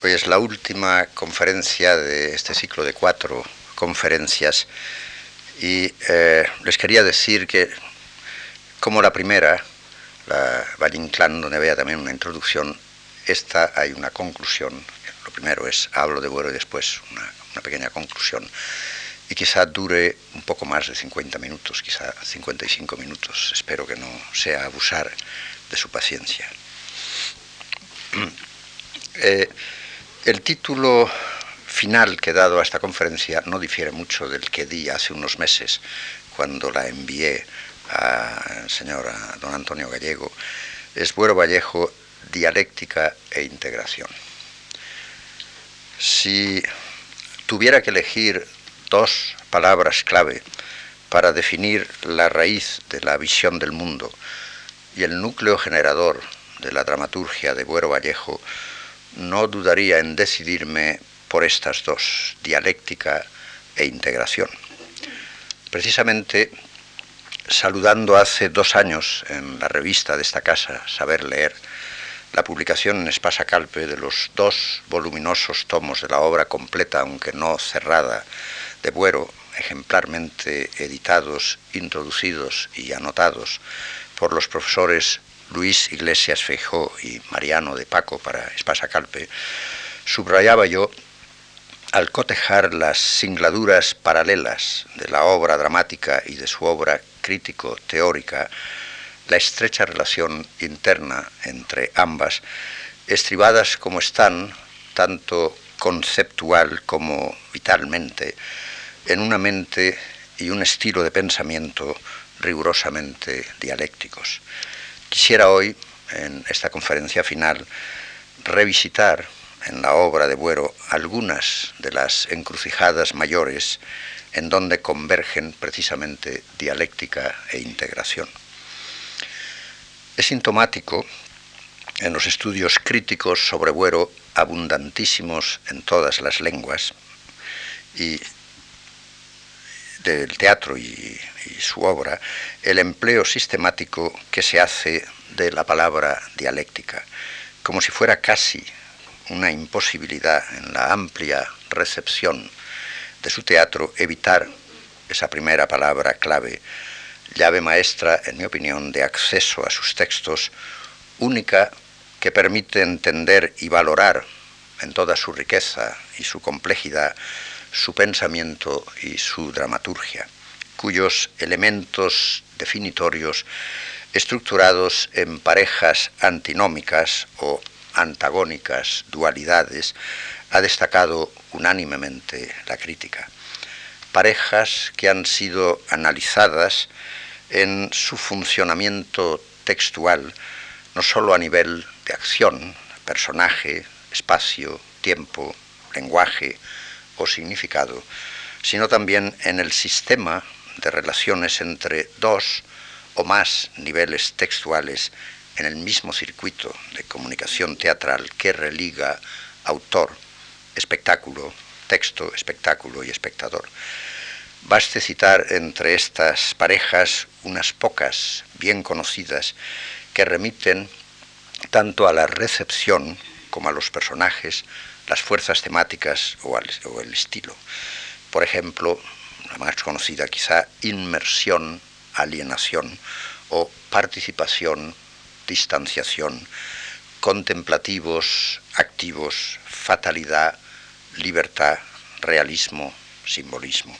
Hoy es la última conferencia de este ciclo de 4 conferencias y les quería decir que, como la primera, la Valle Inclán, donde había también una introducción, esta hay una conclusión. Lo primero es hablo de Buero y después una pequeña conclusión. Y quizá dure un poco más de 50 minutos, quizá 55 minutos. Espero que no sea abusar de su paciencia. El título final que he dado a esta conferencia no difiere mucho del que di hace unos meses cuando la envié al señor don Antonio Gallego. Es Buero Vallejo, dialéctica e integración. Si tuviera que elegir 2 palabras clave para definir la raíz de la visión del mundo y el núcleo generador de la dramaturgia de Buero Vallejo, no dudaría en decidirme por estas 2, dialéctica e integración. Precisamente, saludando hace 2 años en la revista de esta casa, Saber Leer, la publicación en Espasa Calpe de los 2 voluminosos tomos de la obra completa, aunque no cerrada, de Buero, ejemplarmente editados, introducidos y anotados por los profesores Luis Iglesias Feijóo y Mariano de Paco para Espasa Calpe, subrayaba yo, al cotejar las singladuras paralelas de la obra dramática y de su obra crítico-teórica, la estrecha relación interna entre ambas, estribadas como están, tanto conceptual como vitalmente, en una mente y un estilo de pensamiento rigurosamente dialécticos. Quisiera hoy, en esta conferencia final, revisitar en la obra de Buero algunas de las encrucijadas mayores en donde convergen precisamente dialéctica e integración. Es sintomático, en los estudios críticos sobre Buero, abundantísimos en todas las lenguas, y del teatro y su obra, el empleo sistemático que se hace de la palabra dialéctica, como si fuera casi una imposibilidad en la amplia recepción de su teatro evitar esa primera palabra clave, llave maestra, en mi opinión, de acceso a sus textos, única que permite entender y valorar en toda su riqueza y su complejidad su pensamiento y su dramaturgia, cuyos elementos definitorios, estructurados en parejas antinómicas o antagónicas dualidades, ha destacado unánimemente la crítica. Parejas que han sido analizadas en su funcionamiento textual, no solo a nivel de acción, personaje, espacio, tiempo, lenguaje o significado, sino también en el sistema de relaciones entre 2 o más niveles textuales en el mismo circuito de comunicación teatral que religa autor, espectáculo, texto, espectáculo y espectador. Baste citar entre estas parejas unas pocas bien conocidas que remiten tanto a la recepción como a los personajes, las fuerzas temáticas o el estilo. Por ejemplo, la más conocida quizá, inmersión, alienación, o participación, distanciación, contemplativos, activos, fatalidad, libertad, realismo, simbolismo.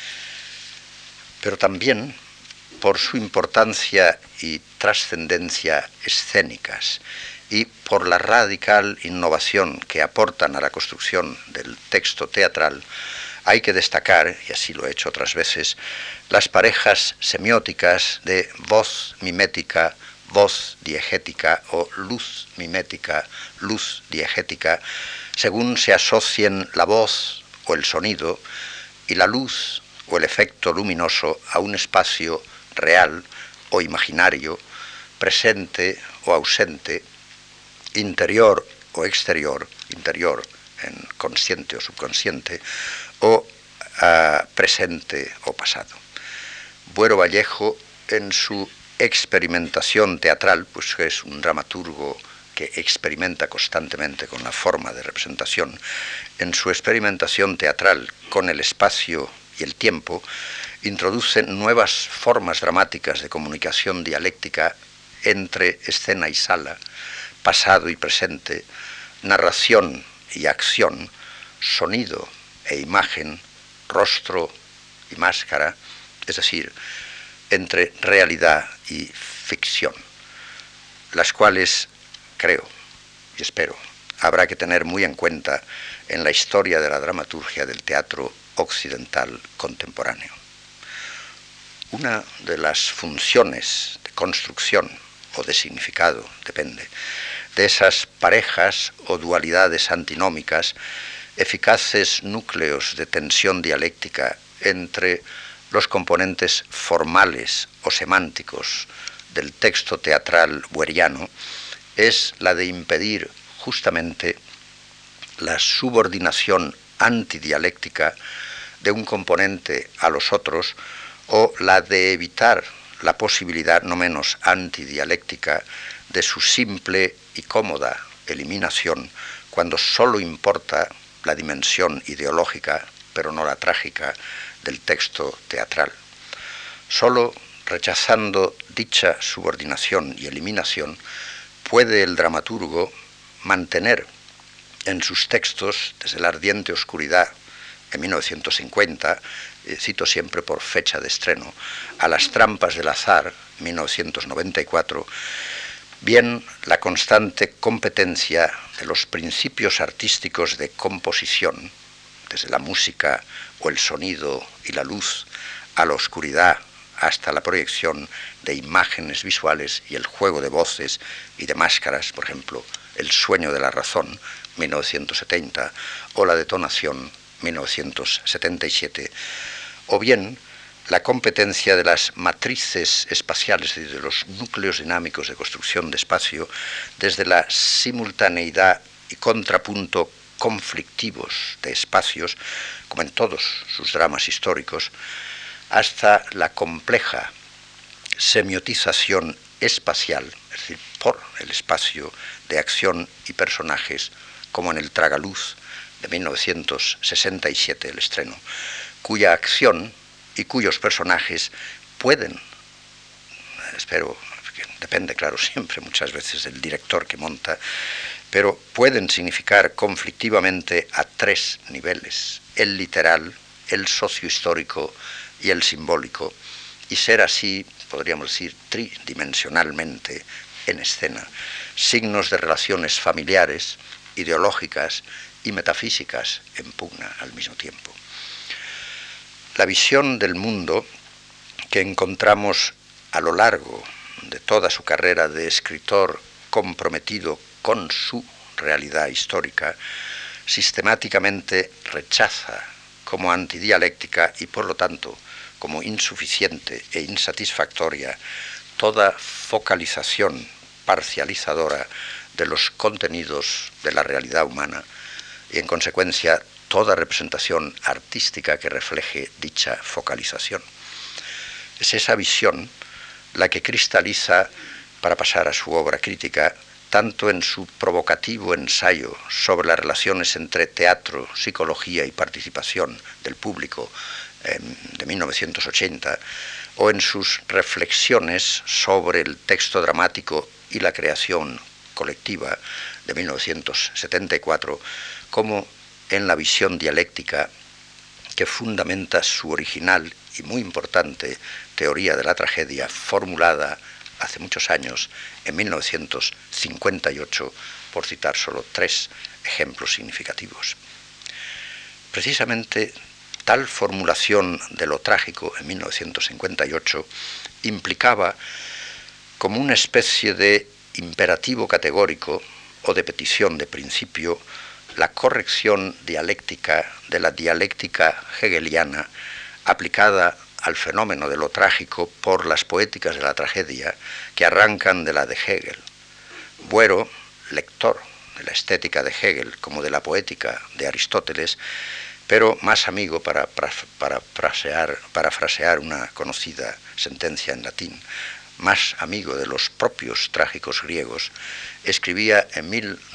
Pero también por su importancia y trascendencia escénicas y por la radical innovación que aportan a la construcción del texto teatral, hay que destacar, y así lo he hecho otras veces, las parejas semióticas de voz mimética, voz diegética o luz mimética, luz diegética, según se asocien la voz o el sonido y la luz o el efecto luminoso a un espacio real o imaginario, presente o ausente, interior o exterior, interior en consciente o subconsciente, o presente o pasado. Buero Vallejo, en su experimentación teatral, pues es un dramaturgo que experimenta constantemente con la forma de representación, en su experimentación teatral con el espacio y el tiempo, introduce nuevas formas dramáticas de comunicación dialéctica entre escena y sala, pasado y presente, narración y acción, sonido e imagen, rostro y máscara, es decir, entre realidad y ficción, las cuales, creo y espero, habrá que tener muy en cuenta en la historia de la dramaturgia del teatro occidental contemporáneo. Una de las funciones de construcción o de significado, depende, de esas parejas o dualidades antinómicas, eficaces núcleos de tensión dialéctica entre los componentes formales o semánticos del texto teatral bueriano, es la de impedir justamente la subordinación antidialéctica de un componente a los otros, o la de evitar la posibilidad no menos antidialéctica de su simple y cómoda eliminación cuando sólo importa la dimensión ideológica, pero no la trágica, del texto teatral. Sólo rechazando dicha subordinación y eliminación puede el dramaturgo mantener en sus textos, desde la ardiente oscuridad en 1950, cito siempre por fecha de estreno, a las trampas del azar, 1994, bien la constante competencia de los principios artísticos de composición, desde la música o el sonido y la luz, a la oscuridad, hasta la proyección de imágenes visuales y el juego de voces y de máscaras, por ejemplo, El sueño de la razón, 1970, o La detonación, 1977, o bien la competencia de las matrices espaciales y de los núcleos dinámicos de construcción de espacio, desde la simultaneidad y contrapunto conflictivos de espacios, como en todos sus dramas históricos, hasta la compleja semiotización espacial, es decir, por el espacio de acción y personajes, como en El tragaluz de 1967, el estreno, cuya acción y cuyos personajes pueden, espero, depende, claro, siempre, muchas veces del director que monta, pero pueden significar conflictivamente a tres niveles: el literal, el sociohistórico y el simbólico, y ser así, podríamos decir, tridimensionalmente en escena, signos de relaciones familiares, ideológicas y metafísicas en pugna al mismo tiempo. La visión del mundo que encontramos a lo largo de toda su carrera de escritor comprometido con su realidad histórica, sistemáticamente rechaza como antidialéctica y por lo tanto como insuficiente e insatisfactoria toda focalización parcializadora de los contenidos de la realidad humana y en consecuencia toda representación artística que refleje dicha focalización. Es esa visión la que cristaliza, para pasar a su obra crítica, tanto en su provocativo ensayo sobre las relaciones entre teatro, psicología y participación del público de 1980, o en sus reflexiones sobre el texto dramático y la creación colectiva de 1974, como en la visión dialéctica que fundamenta su original y muy importante teoría de la tragedia, formulada hace muchos años, en 1958, por citar solo tres ejemplos significativos. Precisamente tal formulación de lo trágico en 1958 implicaba, como una especie de imperativo categórico o de petición de principio, la corrección dialéctica de la dialéctica hegeliana aplicada al fenómeno de lo trágico por las poéticas de la tragedia que arrancan de la de Hegel. Buero, lector de la estética de Hegel como de la poética de Aristóteles, pero más amigo, para parafrasear una conocida sentencia en latín, más amigo de los propios trágicos griegos, escribía en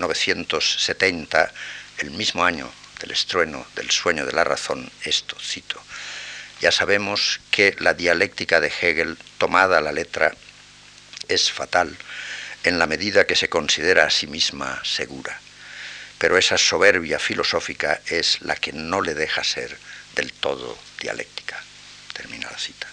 1970, el mismo año del estruendo del sueño de la razón, esto, cito: ya sabemos que la dialéctica de Hegel, tomada a la letra, es fatal en la medida que se considera a sí misma segura, pero esa soberbia filosófica es la que no le deja ser del todo dialéctica. Termina la cita.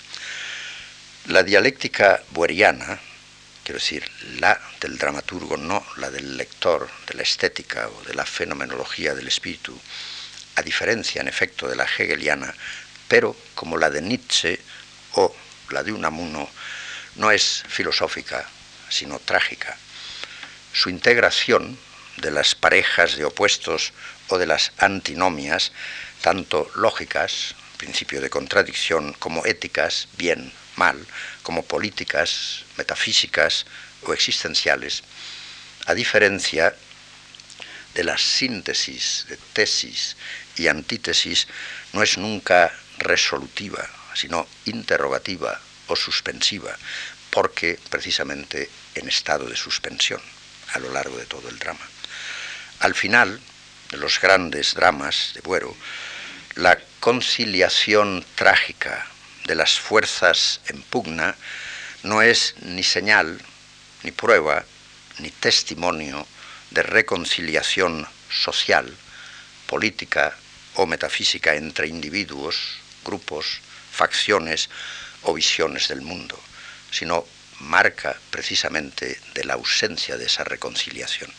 La dialéctica boeriana, quiero decir, la del dramaturgo, no la del lector, de la estética o de la fenomenología del espíritu, a diferencia en efecto de la hegeliana, pero como la de Nietzsche o la de Unamuno, no es filosófica, sino trágica. Su integración de las parejas de opuestos o de las antinomias, tanto lógicas, principio de contradicción, como éticas, bien, mal, como políticas, metafísicas o existenciales, a diferencia de la síntesis de tesis y antítesis, no es nunca resolutiva, sino interrogativa o suspensiva, porque precisamente en estado de suspensión a lo largo de todo el drama. Al final de los grandes dramas de Buero, la conciliación trágica de las fuerzas en pugna no es ni señal, ni prueba, ni testimonio de reconciliación social, política o metafísica entre individuos, grupos, facciones o visiones del mundo, sino marca precisamente de la ausencia de esa reconciliación.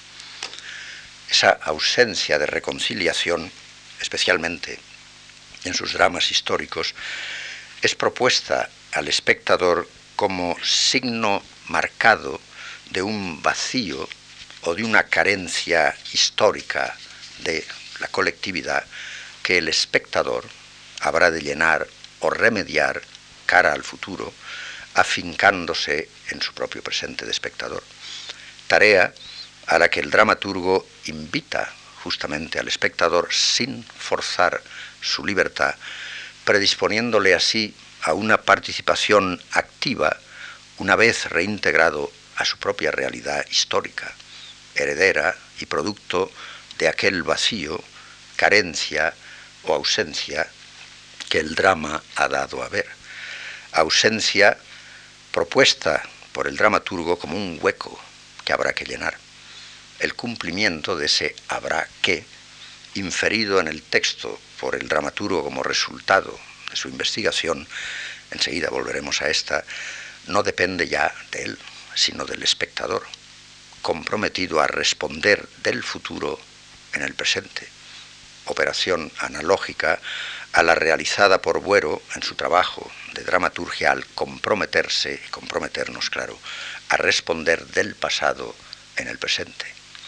Esa ausencia de reconciliación, especialmente en sus dramas históricos, es propuesta al espectador como signo marcado de un vacío o de una carencia histórica de la colectividad que el espectador habrá de llenar o remediar cara al futuro, afincándose en su propio presente de espectador. Tarea a la que el dramaturgo invita justamente al espectador sin forzar su libertad, predisponiéndole así a una participación activa una vez reintegrado a su propia realidad histórica, heredera y producto de aquel vacío, carencia o ausencia que el drama ha dado a ver. Ausencia propuesta por el dramaturgo como un hueco que habrá que llenar. El cumplimiento de ese habrá que, inferido en el texto por el dramaturgo como resultado de su investigación, enseguida volveremos a esta, no depende ya de él, sino del espectador, comprometido a responder del futuro en el presente. Operación analógica a la realizada por Buero en su trabajo de dramaturgia al comprometerse, y comprometernos, claro, a responder del pasado en el presente.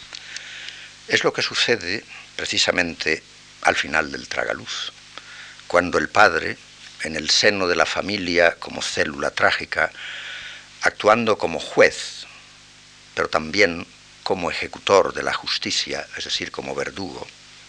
Es lo que sucede precisamente al final del Tragaluz, cuando el padre, en el seno de la familia como célula trágica, actuando como juez, pero también como ejecutor de la justicia, es decir, como verdugo,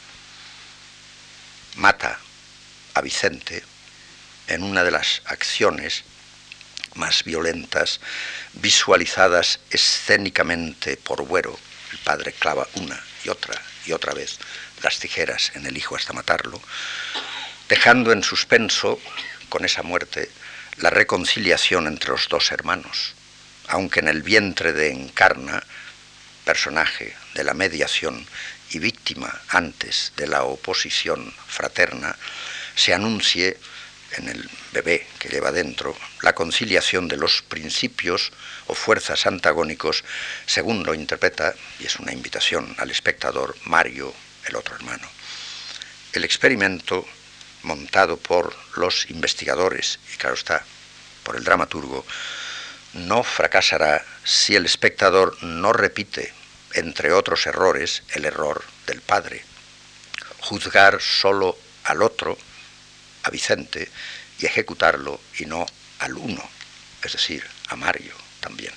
mata a Vicente en una de las acciones más violentas visualizadas escénicamente por Buero. El padre clava una y otra vez las tijeras en el hijo hasta matarlo, dejando en suspenso, con esa muerte, la reconciliación entre los dos hermanos, aunque en el vientre de Encarna, personaje de la mediación y víctima antes de la oposición fraterna, se anuncie en el bebé que lleva dentro la conciliación de los principios o fuerzas antagónicos, según lo interpreta, y es una invitación al espectador, Mario, el otro hermano. El experimento montado por los investigadores, y claro está, por el dramaturgo, no fracasará si el espectador no repite, entre otros errores, el error del padre. Juzgar solo al otro, a Vicente, y ejecutarlo y no al uno, es decir, a Mario también.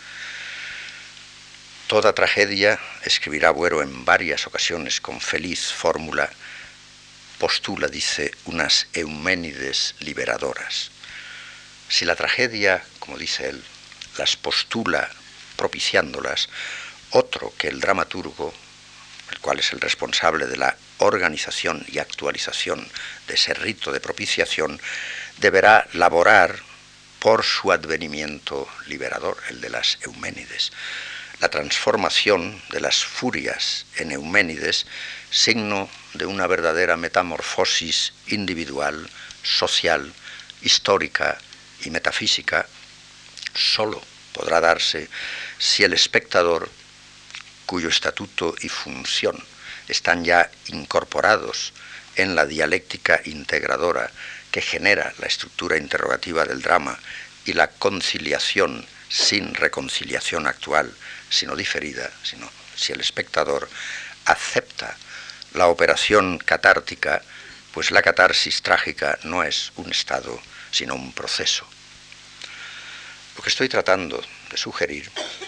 Toda tragedia, escribirá Buero en varias ocasiones con feliz fórmula, postula, dice, unas Euménides liberadoras. Si la tragedia, como dice él, las postula propiciándolas, otro que el dramaturgo, el cual es el responsable de la organización y actualización de ese rito de propiciación, deberá laborar por su advenimiento liberador, el de las Euménides. La transformación de las furias en Euménides, signo de una verdadera metamorfosis individual, social, histórica y metafísica, sólo podrá darse si el espectador, cuyo estatuto y función están ya incorporados en la dialéctica integradora que genera la estructura interrogativa del drama y la conciliación sin reconciliación actual, sino diferida, sino si el espectador acepta la operación catártica, pues la catarsis trágica no es un estado, sino un proceso. Lo que estoy tratando de sugerir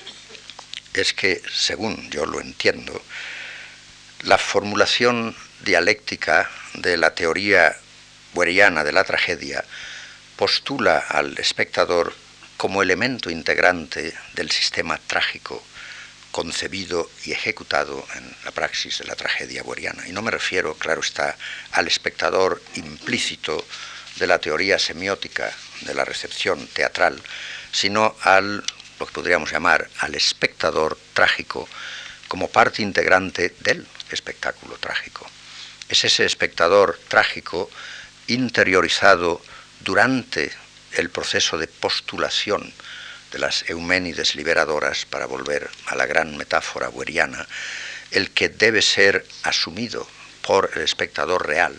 es que, según yo lo entiendo, la formulación dialéctica de la teoría boeriana de la tragedia postula al espectador como elemento integrante del sistema trágico concebido y ejecutado en la praxis de la tragedia boeriana. Y no me refiero, claro está, al espectador implícito de la teoría semiótica de la recepción teatral, sino al, lo que podríamos llamar, al espectador trágico como parte integrante del espectáculo trágico. Es ese espectador trágico interiorizado durante el proceso de postulación de las Euménides liberadoras, para volver a la gran metáfora boeriana, el que debe ser asumido por el espectador real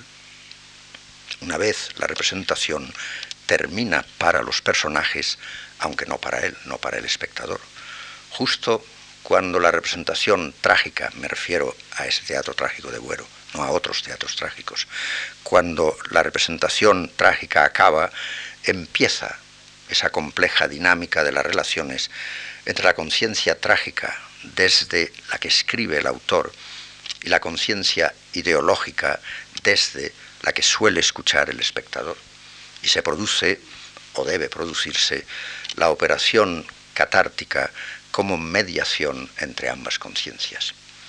una vez la representación termina para los personajes, aunque no para él, no para el espectador. Justo cuando la representación trágica, me refiero a ese teatro trágico de Buero, no a otros teatros trágicos, cuando la representación trágica acaba, empieza esa compleja dinámica de las relaciones entre la conciencia trágica desde la que escribe el autor y la conciencia ideológica desde la que suele escuchar el espectador. Y se produce, o debe producirse, la operación catártica como mediación entre ambas conciencias.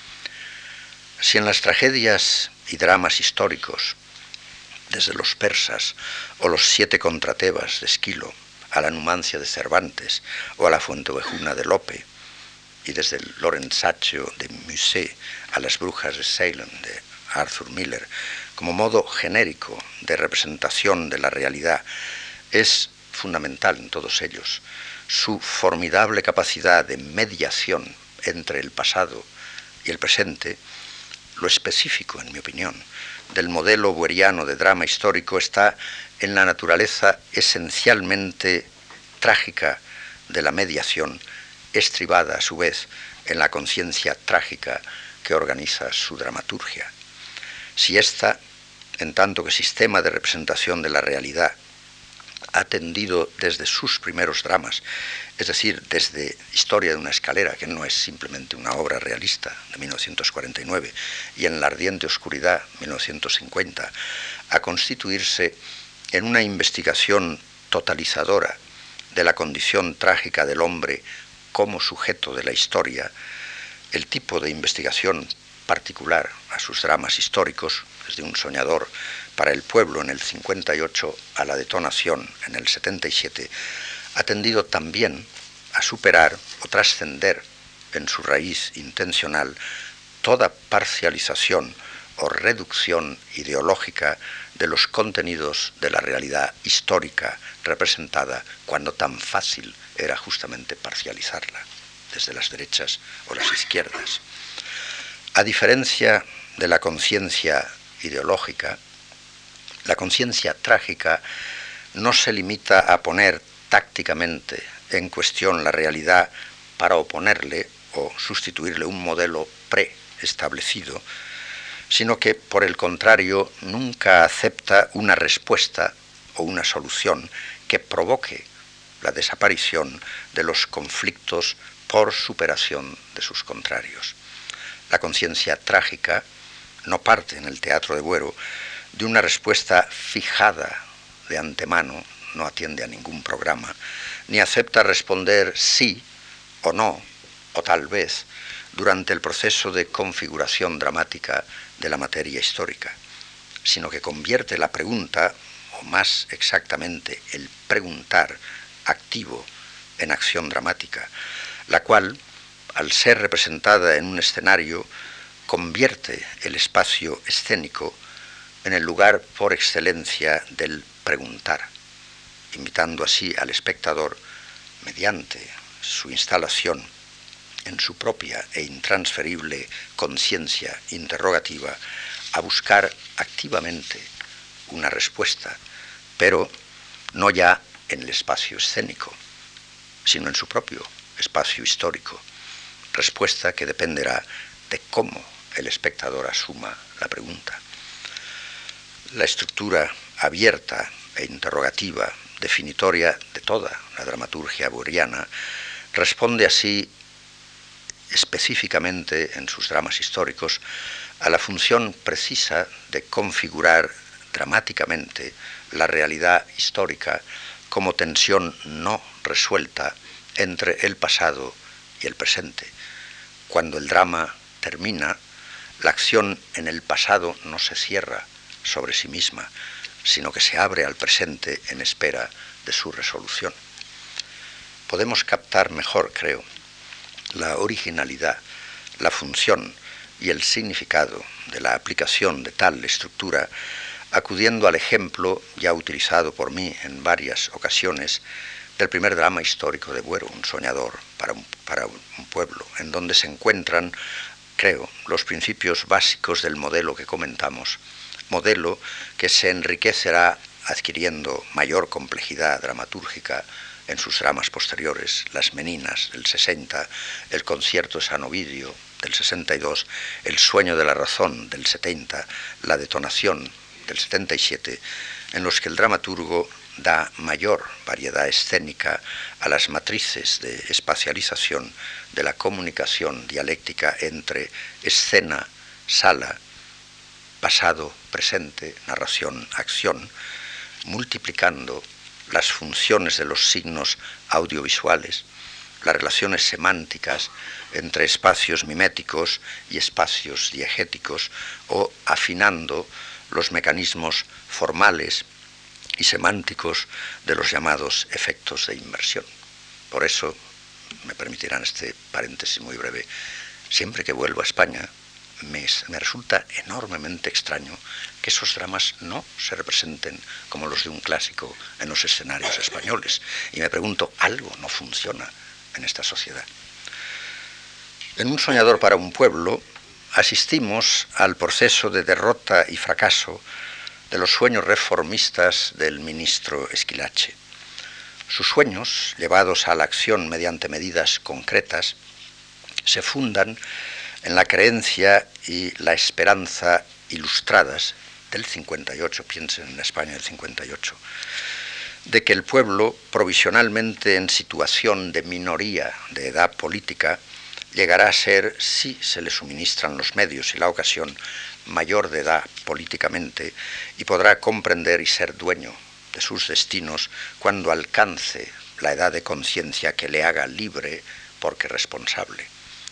Si en las tragedias y dramas históricos, desde los persas o los 7 contra Tebas de Esquilo, a la Numancia de Cervantes o a la Fuenteovejuna de Lope, y desde el Lorenzaccio de Musset a las Brujas de Salem de Arthur Miller, como modo genérico de representación de la realidad, es fundamental en todos ellos su formidable capacidad de mediación entre el pasado y el presente. Lo específico, en mi opinión, del modelo boeriano de drama histórico está en la naturaleza esencialmente trágica de la mediación, estribada a su vez en la conciencia trágica que organiza su dramaturgia. Si ésta, en tanto que sistema de representación de la realidad, ha tendido desde sus primeros dramas, es decir, desde Historia de una escalera, que no es simplemente una obra realista, de 1949, y en La ardiente oscuridad, 1950, a constituirse en una investigación totalizadora de la condición trágica del hombre como sujeto de la historia, el tipo de investigación particular a sus dramas históricos, desde Un soñador para el pueblo en el 58 a La detonación en el 77, ha tendido también a superar o trascender en su raíz intencional toda parcialización o reducción ideológica de los contenidos de la realidad histórica representada, cuando tan fácil era justamente parcializarla, desde las derechas o las izquierdas. A diferencia de la conciencia ideológica, la conciencia trágica no se limita a poner tácticamente en cuestión la realidad para oponerle o sustituirle un modelo preestablecido, sino que, por el contrario, nunca acepta una respuesta o una solución que provoque la desaparición de los conflictos por superación de sus contrarios. La conciencia trágica no parte en el teatro de Buero de una respuesta fijada de antemano no atiende a ningún programa, ni acepta responder sí o no, o tal vez, durante el proceso de configuración dramática de la materia histórica, sino que convierte la pregunta, o más exactamente el preguntar activo, en acción dramática, la cual, al ser representada en un escenario, convierte el espacio escénico en el lugar por excelencia del preguntar, invitando así al espectador, mediante su instalación en su propia e intransferible conciencia interrogativa, a buscar activamente una respuesta, pero no ya en el espacio escénico, sino en su propio espacio histórico, respuesta que dependerá de cómo el espectador asuma la pregunta. La estructura abierta e interrogativa, definitoria de toda la dramaturgia boeriana, responde así específicamente en sus dramas históricos a la función precisa de configurar dramáticamente la realidad histórica como tensión no resuelta entre el pasado y el presente. Cuando el drama termina, la acción en el pasado no se cierra sobre sí misma, sino que se abre al presente en espera de su resolución. Podemos captar mejor, creo, la originalidad, la función y el significado de la aplicación de tal estructura, acudiendo al ejemplo ya utilizado por mí en varias ocasiones del primer drama histórico de Buero, Un soñador para un pueblo, en donde se encuentran, creo, los principios básicos del modelo que comentamos, modelo que se enriquecerá adquiriendo mayor complejidad dramatúrgica en sus dramas posteriores, Las Meninas del 60, El concierto de San Ovidio del 62, El sueño de la razón del 70, La detonación del 77, en los que el dramaturgo da mayor variedad escénica a las matrices de espacialización de la comunicación dialéctica entre escena, sala, pasado, presente, narración, acción, multiplicando las funciones de los signos audiovisuales, las relaciones semánticas entre espacios miméticos y espacios diegéticos, o afinando los mecanismos formales y semánticos de los llamados efectos de inmersión. Por eso, me permitirán este paréntesis muy breve, siempre que vuelvo a España, me resulta enormemente extraño que esos dramas no se representen como los de un clásico en los escenarios españoles. Y me pregunto, algo no funciona en esta sociedad. En Un soñador para un pueblo asistimos al proceso de derrota y fracaso de los sueños reformistas del ministro Esquilache. Sus sueños, llevados a la acción mediante medidas concretas, se fundan en la creencia y la esperanza ilustradas del 58, piensen en la España del 58, de que el pueblo, provisionalmente en situación de minoría de edad política, llegará a ser, si se le suministran los medios y la ocasión, mayor de edad políticamente y podrá comprender y ser dueño de sus destinos cuando alcance la edad de conciencia que le haga libre porque responsable.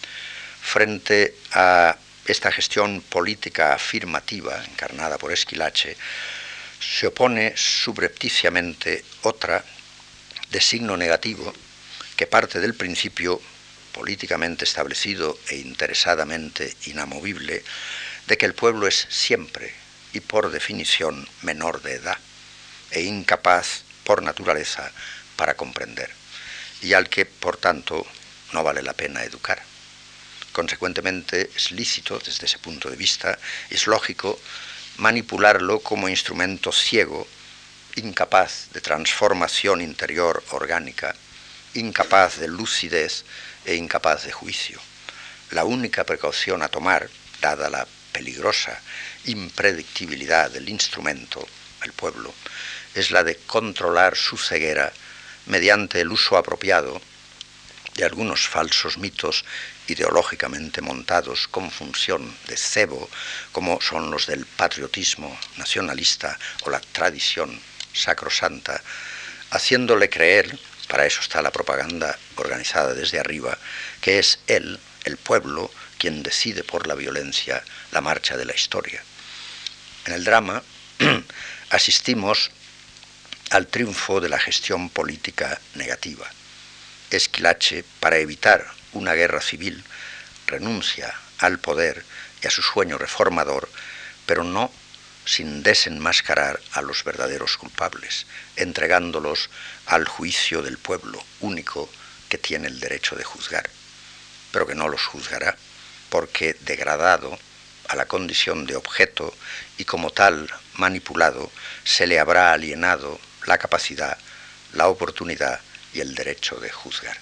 Frente a esta gestión política afirmativa encarnada por Esquilache, se opone subrepticiamente otra de signo negativo que parte del principio políticamente establecido e interesadamente inamovible de que el pueblo es siempre y por definición menor de edad e incapaz por naturaleza para comprender, y al que, por tanto, no vale la pena educar. Consecuentemente, es lícito, desde ese punto de vista, es lógico manipularlo como instrumento ciego, incapaz de transformación interior orgánica, incapaz de lucidez e incapaz de juicio. La única precaución a tomar, dada la peligrosa impredictibilidad del instrumento, el pueblo, es la de controlar su ceguera mediante el uso apropiado de algunos falsos mitos ideológicamente montados con función de cebo, como son los del patriotismo nacionalista o la tradición sacrosanta, haciéndole creer, para eso está la propaganda organizada desde arriba, que es él, el pueblo, quien decide por la violencia la marcha de la historia. En el drama asistimos al triunfo de la gestión política negativa. Esquilache, para evitar una guerra civil, renuncia al poder y a su sueño reformador, pero no sin desenmascarar a los verdaderos culpables, entregándolos al juicio del pueblo, único que tiene el derecho de juzgar, pero que no los juzgará, porque degradado a la condición de objeto y como tal manipulado, se le habrá alienado la capacidad, la oportunidad y el derecho de juzgar.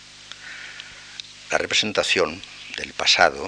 La representación del pasado,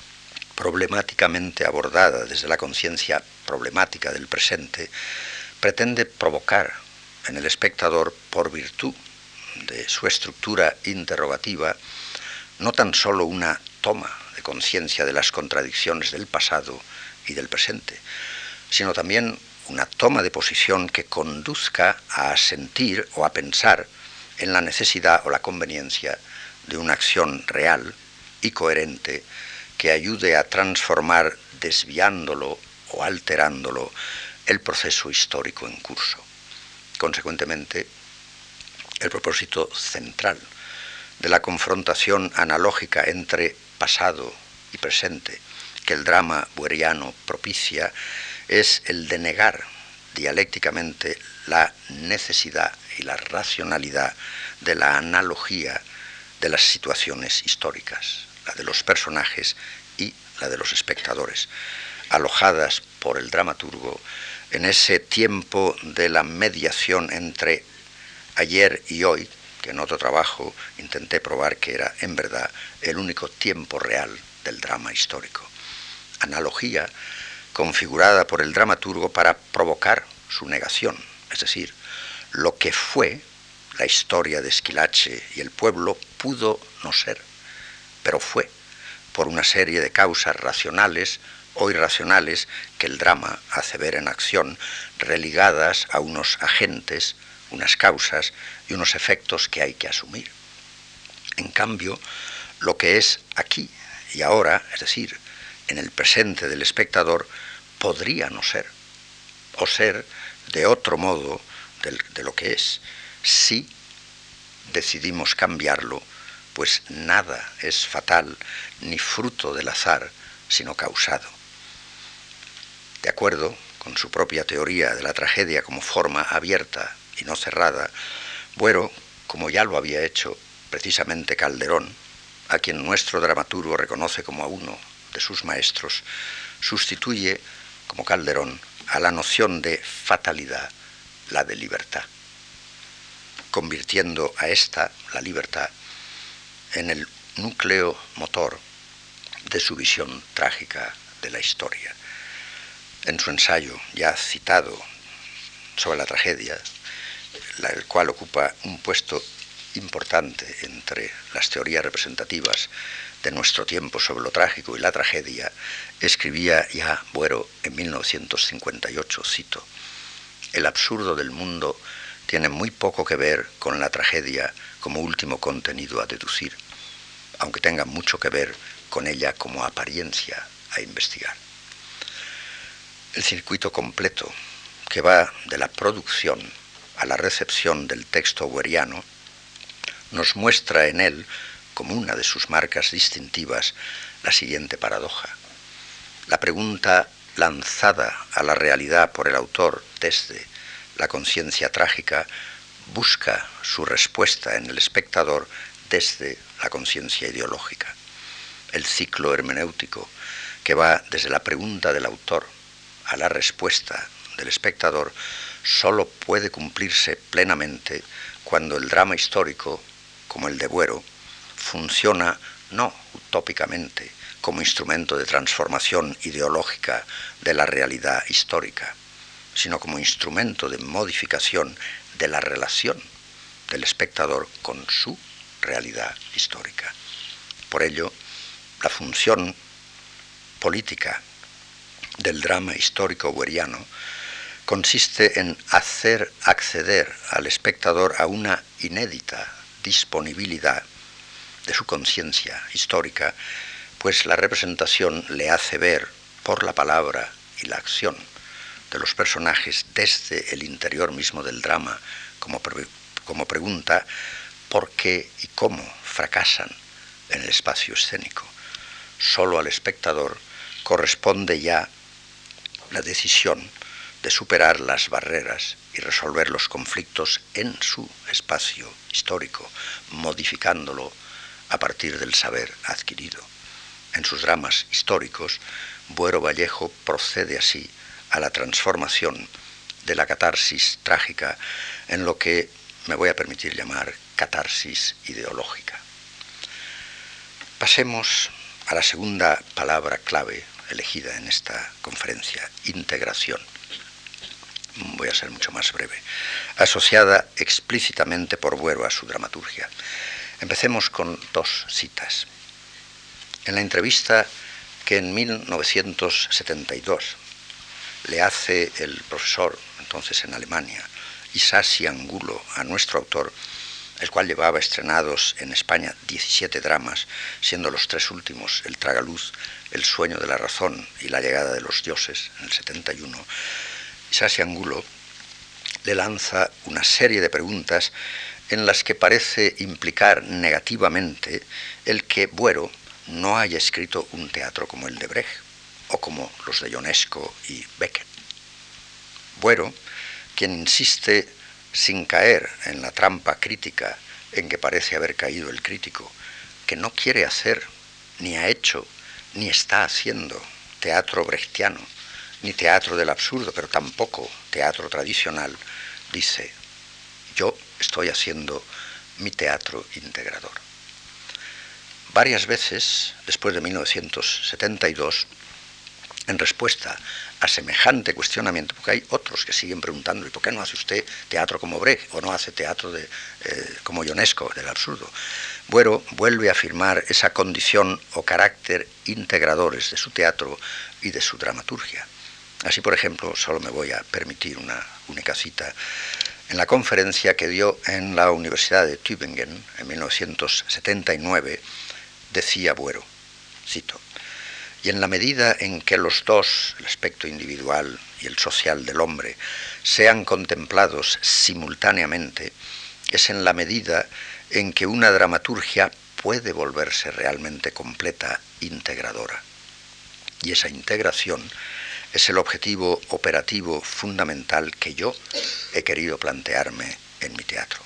problemáticamente abordada desde la conciencia problemática del presente, pretende provocar en el espectador, por virtud de su estructura interrogativa, no tan solo una toma de conciencia de las contradicciones del pasado y del presente, sino también una toma de posición que conduzca a sentir o a pensar en la necesidad o la conveniencia de una acción real y coherente que ayude a transformar, desviándolo o alterándolo, el proceso histórico en curso. Consecuentemente, el propósito central de la confrontación analógica entre pasado y presente que el drama boeriano propicia es el de negar dialécticamente la necesidad y la racionalidad de la analogía de las situaciones históricas, la de los personajes y la de los espectadores, alojadas por el dramaturgo en ese tiempo de la mediación entre ayer y hoy, que en otro trabajo intenté probar que era en verdad el único tiempo real del drama histórico. Analogía configurada por el dramaturgo para provocar su negación, es decir, lo que fue la historia de Esquilache y el pueblo pudo no ser, pero fue, por una serie de causas racionales o irracionales que el drama hace ver en acción, religadas a unos agentes, unas causas y unos efectos que hay que asumir. En cambio, lo que es aquí y ahora, es decir, en el presente del espectador, podría no ser, o ser de otro modo de lo que es, si decidimos cambiarlo, pues nada es fatal ni fruto del azar, sino causado. De acuerdo con su propia teoría de la tragedia como forma abierta y no cerrada, Buero, como ya lo había hecho precisamente Calderón, a quien nuestro dramaturgo reconoce como a uno de sus maestros, sustituye, como Calderón, a la noción de fatalidad la de libertad, convirtiendo a esta, la libertad, en el núcleo motor de su visión trágica de la historia. En su ensayo ya citado sobre la tragedia, el cual ocupa un puesto importante entre las teorías representativas de nuestro tiempo sobre lo trágico y la tragedia, escribía ya Buero en 1958, cito: «El absurdo del mundo tiene muy poco que ver con la tragedia como último contenido a deducir, aunque tenga mucho que ver con ella como apariencia a investigar». El circuito completo que va de la producción a la recepción del texto boeriano nos muestra en él, como una de sus marcas distintivas, la siguiente paradoja. La pregunta lanzada a la realidad por el autor desde la conciencia trágica busca su respuesta en el espectador desde la conciencia ideológica. El ciclo hermenéutico que va desde la pregunta del autor a la respuesta del espectador solo puede cumplirse plenamente cuando el drama histórico, como el de Buero, funciona no utópicamente como instrumento de transformación ideológica de la realidad histórica, sino como instrumento de modificación de la relación del espectador con su realidad histórica. Por ello, la función política del drama histórico boeriano consiste en hacer acceder al espectador a una inédita disponibilidad de su conciencia histórica, pues la representación le hace ver por la palabra y la acción de los personajes desde el interior mismo del drama, como pregunta por qué y cómo fracasan en el espacio escénico. Solo al espectador corresponde ya la decisión de superar las barreras y resolver los conflictos en su espacio histórico, modificándolo a partir del saber adquirido. En sus dramas históricos, Buero Vallejo procede así a la transformación de la catarsis trágica en lo que me voy a permitir llamar catarsis ideológica. Pasemos a la segunda palabra clave elegida en esta conferencia, integración. Voy a ser mucho más breve, asociada explícitamente por Buero a su dramaturgia. Empecemos con dos citas. En la entrevista que en 1972 le hace el profesor, entonces en Alemania, Isasi Angulo, a nuestro autor, el cual llevaba estrenados en España 17 dramas, siendo los tres últimos El tragaluz, El sueño de la razón y La llegada de los dioses, en el 71, Isasi Angulo le lanza una serie de preguntas en las que parece implicar negativamente el que Buero no haya escrito un teatro como el de Brecht o como los de Ionesco y Beckett. Buero, quien insiste sin caer en la trampa crítica en que parece haber caído el crítico, que no quiere hacer, ni ha hecho, ni está haciendo teatro brechtiano, ni teatro del absurdo, pero tampoco teatro tradicional, dice: yo estoy haciendo mi teatro integrador. Varias veces, después de 1972, en respuesta a semejante cuestionamiento, porque hay otros que siguen preguntando: ¿y por qué no hace usted teatro como Brecht o no hace teatro como Ionesco, del absurdo? Buero vuelve a afirmar esa condición o carácter integradores de su teatro y de su dramaturgia. Así, por ejemplo, solo me voy a permitir una única cita. En la conferencia que dio en la Universidad de Tübingen en 1979, decía Buero, cito: y en la medida en que los dos, el aspecto individual y el social del hombre, sean contemplados simultáneamente, es en la medida en que una dramaturgia puede volverse realmente completa, integradora. Y esa integración es el objetivo operativo fundamental que yo he querido plantearme en mi teatro.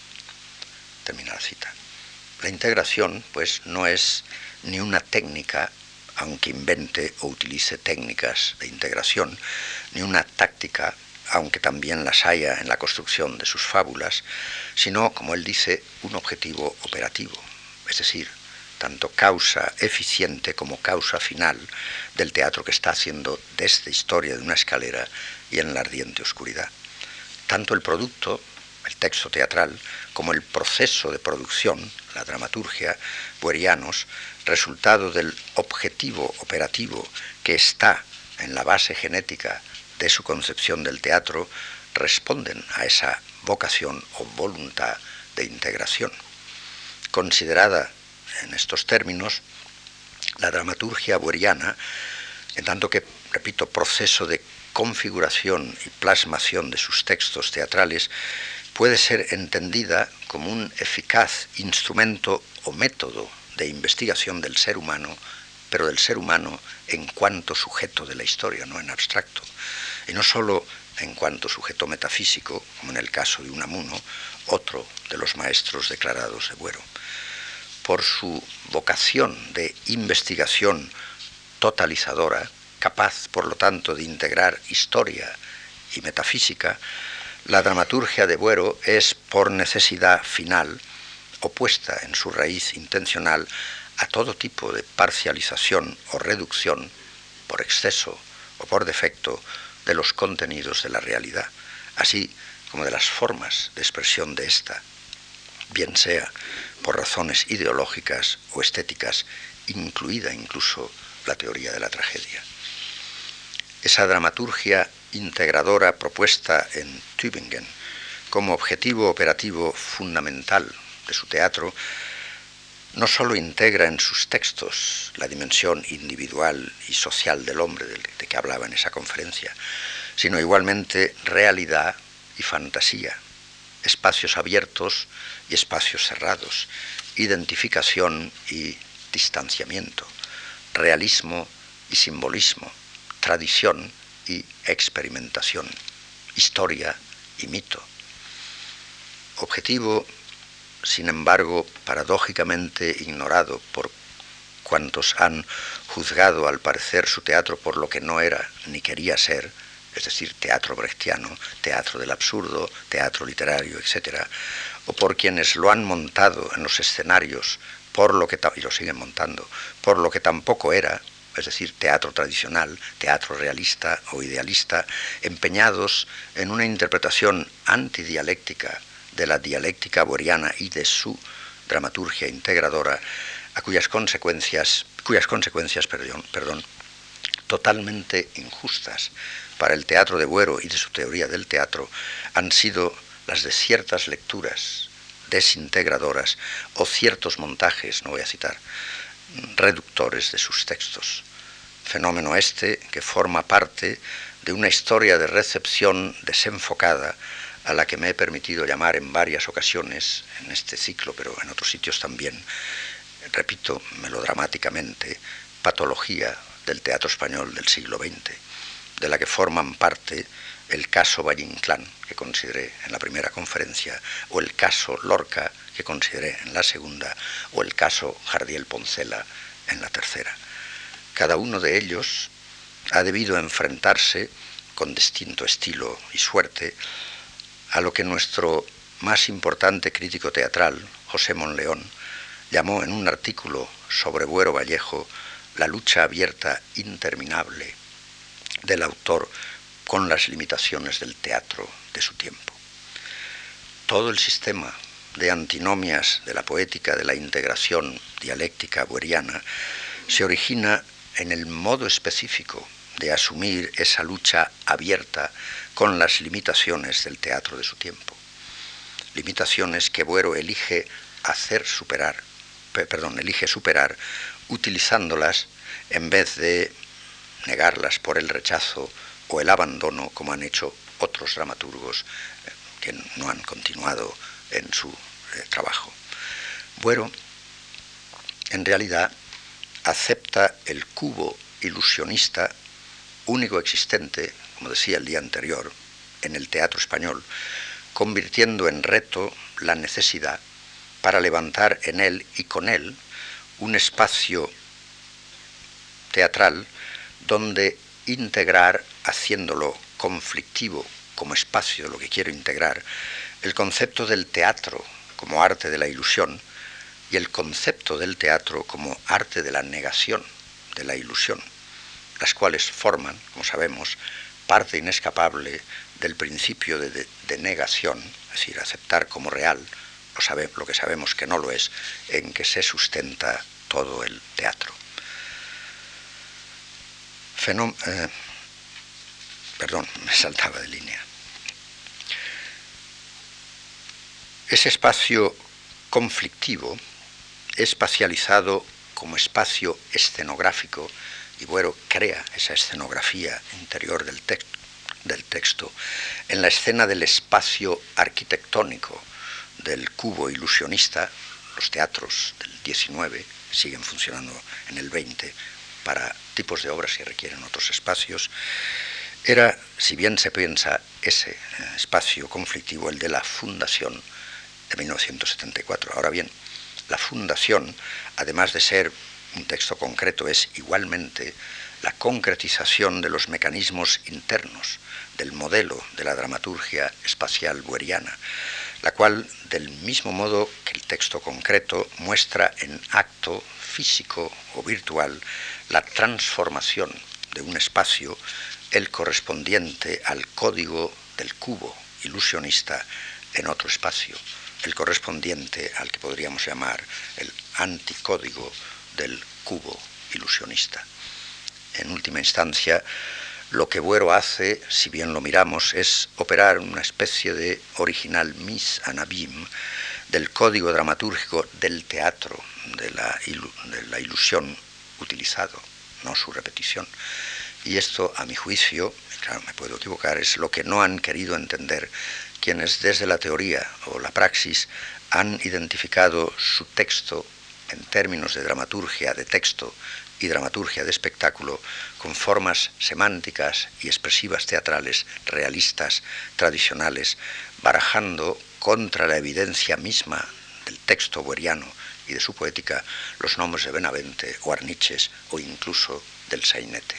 Termina la cita. La integración, pues, no es ni una técnica, aunque invente o utilice técnicas de integración, ni una táctica, aunque también las haya en la construcción de sus fábulas, sino, como él dice, un objetivo operativo, es decir, tanto causa eficiente como causa final del teatro que está haciendo desde Historia de una escalera y en la ardiente oscuridad. Tanto el producto, el texto teatral, como el proceso de producción, la dramaturgia, buerianos, resultado del objetivo operativo que está en la base genética de su concepción del teatro, responden a esa vocación o voluntad de integración. Considerada en estos términos, la dramaturgia bueriana, en tanto que, repito, proceso de configuración y plasmación de sus textos teatrales, puede ser entendida como un eficaz instrumento o método de investigación del ser humano, pero del ser humano en cuanto sujeto de la historia, no en abstracto, y no solo en cuanto sujeto metafísico, como en el caso de Unamuno, otro de los maestros declarados de Buero. Por su vocación de investigación totalizadora, capaz, por lo tanto, de integrar historia y metafísica, la dramaturgia de Buero es, por necesidad final, opuesta en su raíz intencional a todo tipo de parcialización o reducción, por exceso o por defecto, de los contenidos de la realidad, así como de las formas de expresión de ésta, bien sea por razones ideológicas o estéticas, incluida incluso la teoría de la tragedia. Esa dramaturgia integradora propuesta en Tübingen como objetivo operativo fundamental de su teatro, no sólo integra en sus textos la dimensión individual y social del hombre de que hablaba en esa conferencia, sino igualmente realidad y fantasía, espacios abiertos y espacios cerrados, identificación y distanciamiento, realismo y simbolismo, tradición y experimentación, historia y mito. Objetivo, sin embargo, paradójicamente ignorado por cuantos han juzgado al parecer su teatro por lo que no era ni quería ser, es decir, teatro brechtiano, teatro del absurdo, teatro literario, etc., o por quienes lo han montado en los escenarios por lo que y lo siguen montando, por lo que tampoco era, es decir, teatro tradicional, teatro realista o idealista, empeñados en una interpretación antidialéctica de la dialéctica boeriana y de su dramaturgia integradora, a cuyas consecuencias, totalmente injustas para el teatro de Buero y de su teoría del teatro, han sido las de ciertas lecturas desintegradoras o ciertos montajes, no voy a citar, reductores de sus textos. Fenómeno este que forma parte de una historia de recepción desenfocada a la que me he permitido llamar en varias ocasiones, en este ciclo, pero en otros sitios también, repito, melodramáticamente, patología del teatro español del siglo XX, de la que forman parte el caso Valle-Inclán, que consideré en la primera conferencia, o el caso Lorca, que consideré en la segunda, o el caso Jardiel Poncela en la tercera. Cada uno de ellos ha debido enfrentarse, con distinto estilo y suerte, a lo que nuestro más importante crítico teatral, José Monleón, llamó en un artículo sobre Buero Vallejo la lucha abierta interminable del autor con las limitaciones del teatro de su tiempo. Todo el sistema de antinomias de la poética de la integración dialéctica bueriana se origina en el modo específico de asumir esa lucha abierta con las limitaciones del teatro de su tiempo. Limitaciones que Buero elige superar utilizándolas en vez de negarlas por el rechazo o el abandono, como han hecho otros dramaturgos que no han continuado en su trabajo. Buero, en realidad, acepta el cubo ilusionista único existente, como decía el día anterior, en el teatro español, convirtiendo en reto la necesidad para levantar en él y con él un espacio teatral donde integrar, haciéndolo conflictivo como espacio de lo que quiero integrar, el concepto del teatro como arte de la ilusión y el concepto del teatro como arte de la negación de la ilusión, las cuales forman, como sabemos, parte inescapable del principio de negación, es decir, aceptar como real lo que sabemos que no lo es, en que se sustenta todo el teatro. Me saltaba de línea. Ese espacio conflictivo, espacializado como espacio escenográfico, y Buero crea esa escenografía interior del texto, en la escena del espacio arquitectónico del cubo ilusionista. Los teatros del XIX siguen funcionando en el XX para tipos de obras que requieren otros espacios. Era, si bien se piensa, ese espacio conflictivo el de la Fundación de 1974. Ahora bien, la Fundación, además de ser un texto concreto, es igualmente la concretización de los mecanismos internos del modelo de la dramaturgia espacial bueriana, la cual, del mismo modo que el texto concreto, muestra en acto físico o virtual la transformación de un espacio, el correspondiente al código del cubo ilusionista en otro espacio, el correspondiente al que podríamos llamar el anticódigo del cubo ilusionista. En última instancia, Lo que Buero hace, si bien lo miramos, es operar una especie de original mis anabim del código dramatúrgico del teatro, de la ilusión utilizado, no su repetición. Y esto, a mi juicio, claro, me puedo equivocar, es lo que no han querido entender quienes desde la teoría o la praxis han identificado su texto en términos de dramaturgia de texto y dramaturgia de espectáculo con formas semánticas y expresivas teatrales realistas, tradicionales, barajando contra la evidencia misma del texto bueriano y de su poética los nombres de Benavente o Arniches o incluso del sainete.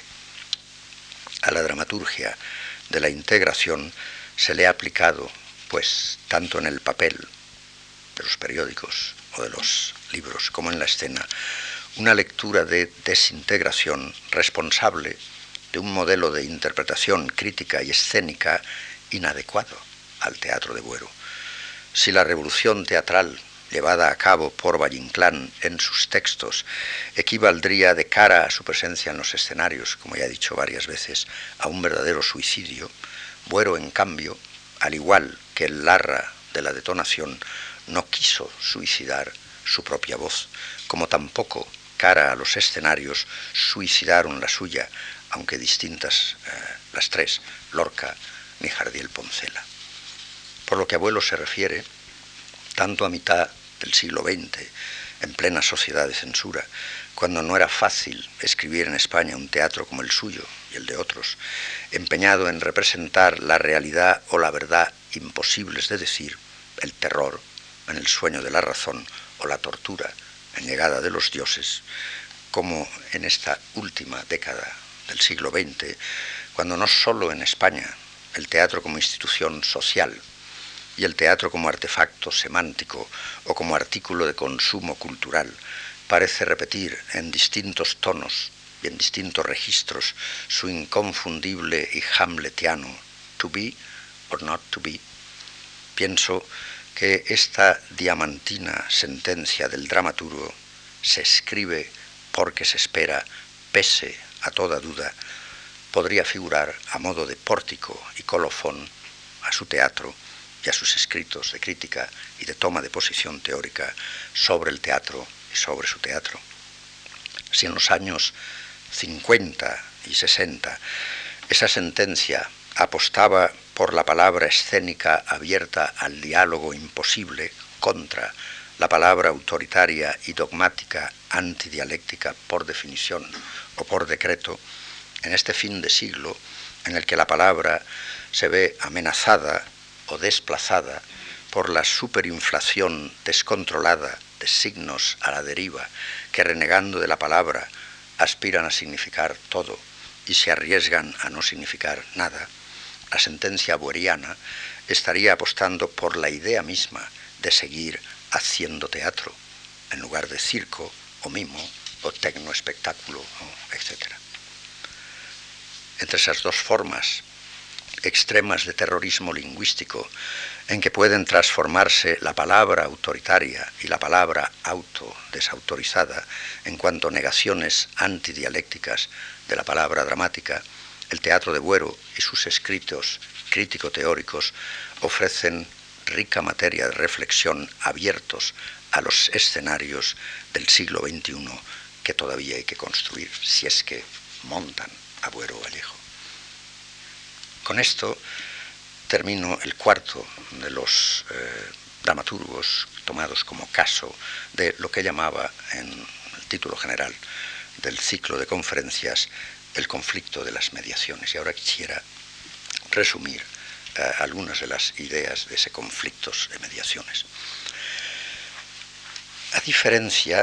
A la dramaturgia de la integración se le ha aplicado, pues, tanto en el papel de los periódicos o de los libros como en la escena, una lectura de desintegración responsable de un modelo de interpretación crítica y escénica inadecuado al teatro de Buero. Si la revolución teatral llevada a cabo por Valle-Inclán en sus textos equivaldría de cara a su presencia en los escenarios, como ya he dicho varias veces, a un verdadero suicidio, Buero, en cambio, al igual que el Larra de la detonación, no quiso suicidar su propia voz, como tampoco, cara a los escenarios, suicidaron la suya, aunque distintas las tres, Lorca ni Jardiel Poncela. Por lo que a Buero se refiere, tanto a mitad del siglo XX, en plena sociedad de censura, cuando no era fácil escribir en España un teatro como el suyo y el de otros, empeñado en representar la realidad o la verdad imposibles de decir, el terror en el sueño de la razón o la tortura en llegada de los dioses, como en esta última década del siglo XX, cuando no solo en España el teatro como institución social y el teatro como artefacto semántico o como artículo de consumo cultural parece repetir en distintos tonos y en distintos registros su inconfundible y hamletiano to be or not to be, pienso que esta diamantina sentencia del dramaturgo se escribe porque se espera, pese a toda duda, podría figurar a modo de pórtico y colofón a su teatro y a sus escritos de crítica y de toma de posición teórica sobre el teatro y sobre su teatro. Si en los años 50 y 60 esa sentencia apostaba por la palabra escénica abierta al diálogo imposible contra la palabra autoritaria y dogmática antidialéctica por definición o por decreto, en este fin de siglo en el que la palabra se ve amenazada o desplazada por la superinflación descontrolada de signos a la deriva que, renegando de la palabra, aspiran a significar todo y se arriesgan a no significar nada, la sentencia bueriana estaría apostando por la idea misma de seguir haciendo teatro, en lugar de circo o mimo o tecnoespectáculo, etc. Entre esas dos formas extremas de terrorismo lingüístico en que pueden transformarse la palabra autoritaria y la palabra desautorizada en cuanto negaciones antidialécticas de la palabra dramática, el teatro de Buero y sus escritos crítico-teóricos ofrecen rica materia de reflexión abiertos a los escenarios del siglo XXI que todavía hay que construir si es que montan a Buero Vallejo. Con esto termino el cuarto de los dramaturgos tomados como caso de lo que llamaba en el título general del ciclo de conferencias el conflicto de las mediaciones. Y ahora quisiera resumir algunas de las ideas de ese conflicto de mediaciones. A diferencia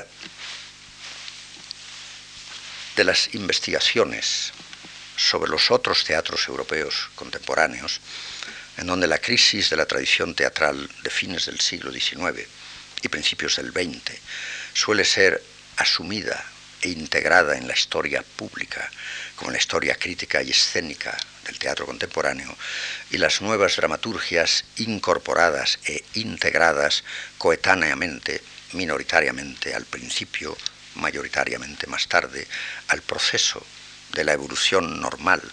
de las investigaciones sobre los otros teatros europeos contemporáneos, en donde la crisis de la tradición teatral de fines del siglo XIX y principios del XX suele ser asumida e integrada en la historia pública, como en la historia crítica y escénica del teatro contemporáneo, y las nuevas dramaturgias incorporadas e integradas coetáneamente, minoritariamente al principio, mayoritariamente más tarde, al proceso de la evolución normal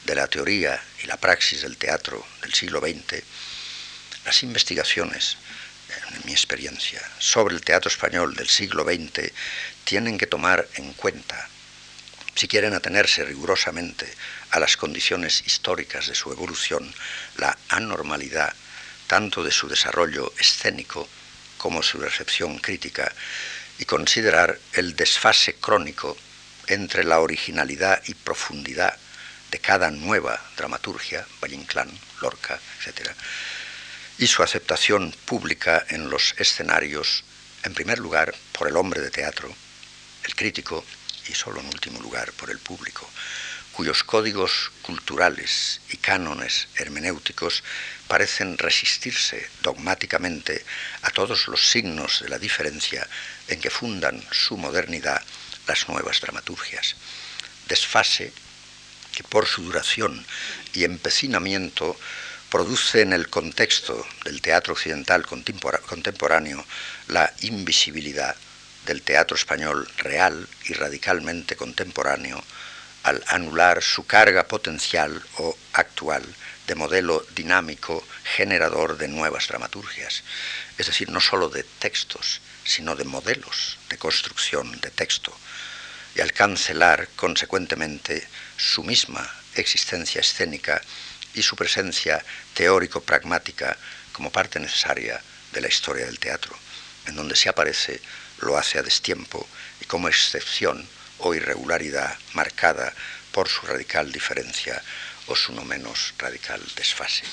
de la teoría y la praxis del teatro del siglo XX, las investigaciones, en mi experiencia, sobre el teatro español del siglo XX tienen que tomar en cuenta, si quieren atenerse rigurosamente a las condiciones históricas de su evolución, la anormalidad tanto de su desarrollo escénico como su recepción crítica, y considerar el desfase crónico entre la originalidad y profundidad de cada nueva dramaturgia, Valle-Inclán, Lorca, etc., y su aceptación pública en los escenarios, en primer lugar por el hombre de teatro, el crítico, y solo en último lugar por el público, cuyos códigos culturales y cánones hermenéuticos parecen resistirse dogmáticamente a todos los signos de la diferencia en que fundan su modernidad las nuevas dramaturgias. Desfase que por su duración y empecinamiento produce en el contexto del teatro occidental contemporáneo la invisibilidad del teatro español real y radicalmente contemporáneo, al anular su carga potencial o actual de modelo dinámico generador de nuevas dramaturgias, es decir, no sólo de textos, sino de modelos de construcción de texto, y al cancelar consecuentemente su misma existencia escénica y su presencia teórico-pragmática como parte necesaria de la historia del teatro, en donde si aparece lo hace a destiempo y como excepción o irregularidad marcada por su radical diferencia o su no menos radical desfase.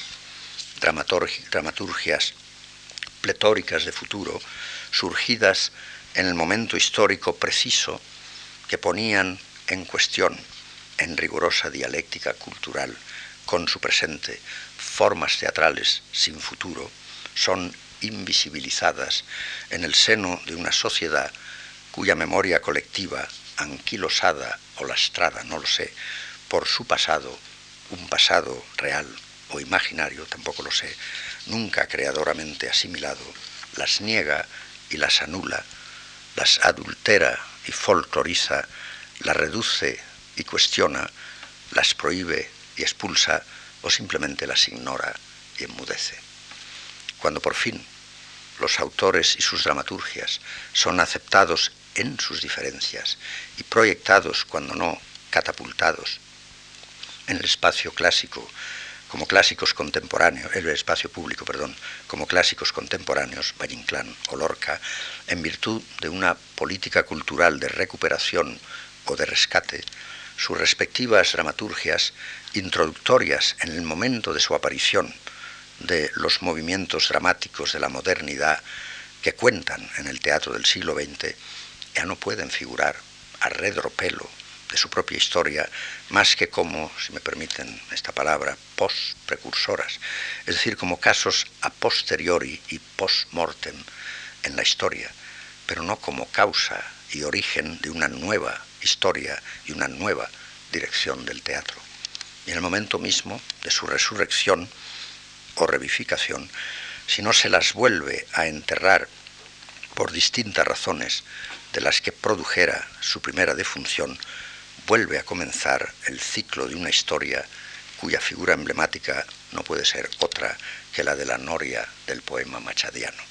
Dramaturgias pletóricas de futuro, surgidas en el momento histórico preciso, que ponían en cuestión, en rigurosa dialéctica cultural, con su presente, formas teatrales sin futuro, son invisibilizadas en el seno de una sociedad cuya memoria colectiva, anquilosada o lastrada, no lo sé, por su pasado, un pasado real o imaginario, tampoco lo sé, nunca creadoramente asimilado, las niega y las anula, las adultera y folcloriza, las reduce y cuestiona, las prohíbe y expulsa o simplemente las ignora y enmudece. Cuando por fin los autores y sus dramaturgias son aceptados en sus diferencias y proyectados, cuando no catapultados, en el espacio clásico como clásicos contemporáneos, el espacio público, perdón, como clásicos contemporáneos, Valle-Inclán o Lorca, en virtud de una política cultural de recuperación o de rescate, sus respectivas dramaturgias introductorias en el momento de su aparición de los movimientos dramáticos de la modernidad que cuentan en el teatro del siglo XX, ya no pueden figurar a redropelo de su propia historia, más que como, si me permiten esta palabra, post-precursoras, es decir, como casos a posteriori y post-mortem en la historia, pero no como causa y origen de una nueva historia y una nueva dirección del teatro. Y en el momento mismo de su resurrección o revivificación, si no se las vuelve a enterrar por distintas razones de las que produjera su primera defunción, vuelve a comenzar el ciclo de una historia cuya figura emblemática no puede ser otra que la de la noria del poema machadiano.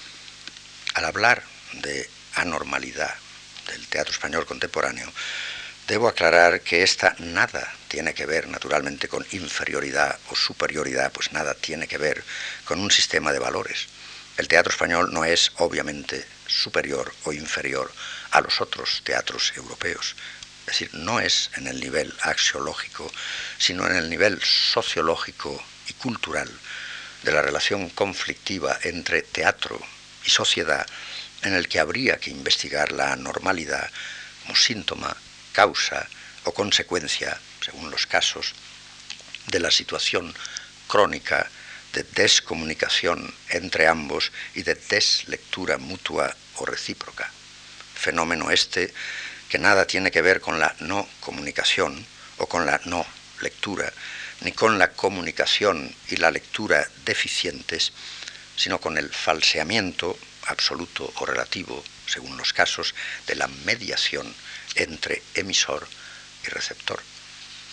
Al hablar de anormalidad del teatro español contemporáneo, debo aclarar que esta nada tiene que ver, naturalmente, con inferioridad o superioridad, pues nada tiene que ver con un sistema de valores. El teatro español no es, obviamente, superior o inferior a los otros teatros europeos. Es decir, no es en el nivel axiológico, sino en el nivel sociológico y cultural de la relación conflictiva entre teatro y sociedad, en el que habría que investigar la anormalidad como síntoma, causa o consecuencia, según los casos, de la situación crónica de descomunicación entre ambos y de deslectura mutua o recíproca. Fenómeno este que nada tiene que ver con la no comunicación o con la no lectura, ni con la comunicación y la lectura deficientes, sino con el falseamiento absoluto o relativo, según los casos, de la mediación entre emisor y receptor.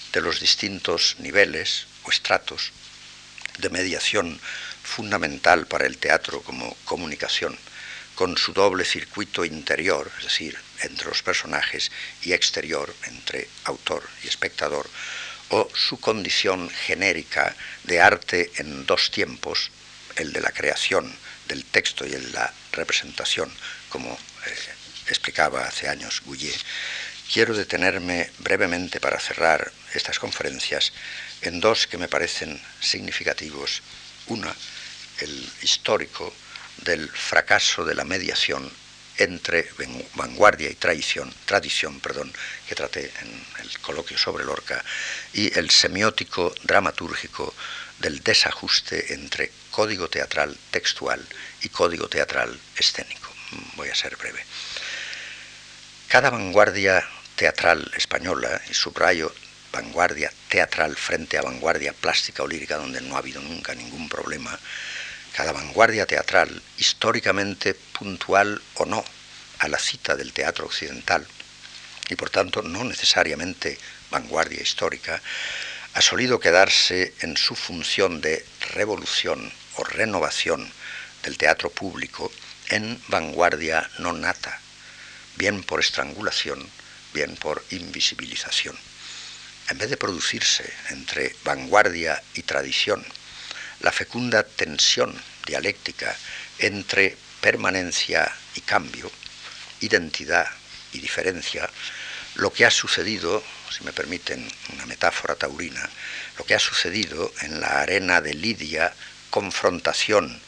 de los distintos niveles o estratos de mediación fundamental para el teatro como comunicación, con su doble circuito interior, es decir, entre los personajes, y exterior, entre autor y espectador, o su condición genérica de arte en dos tiempos, el de la creación del texto y el de la representación, como explicaba hace años Gouillet. Quiero detenerme brevemente para cerrar estas conferencias en dos que me parecen significativos. Una, el histórico del fracaso de la mediación entre vanguardia y tradición, que traté en el coloquio sobre Lorca, y el semiótico dramatúrgico del desajuste entre código teatral textual y código teatral escénico. Voy a ser breve. Cada vanguardia teatral española, y subrayo vanguardia teatral frente a vanguardia plástica o lírica, donde no ha habido nunca ningún problema, cada vanguardia teatral, históricamente puntual o no a la cita del teatro occidental, y por tanto no necesariamente vanguardia histórica, ha solido quedarse en su función de revolución o renovación del teatro público en vanguardia no nata, bien por estrangulación, bien por invisibilización. En vez de producirse entre vanguardia y tradición la fecunda tensión dialéctica entre permanencia y cambio, identidad y diferencia, lo que ha sucedido, si me permiten una metáfora taurina, lo que ha sucedido en la arena de lidia, confrontación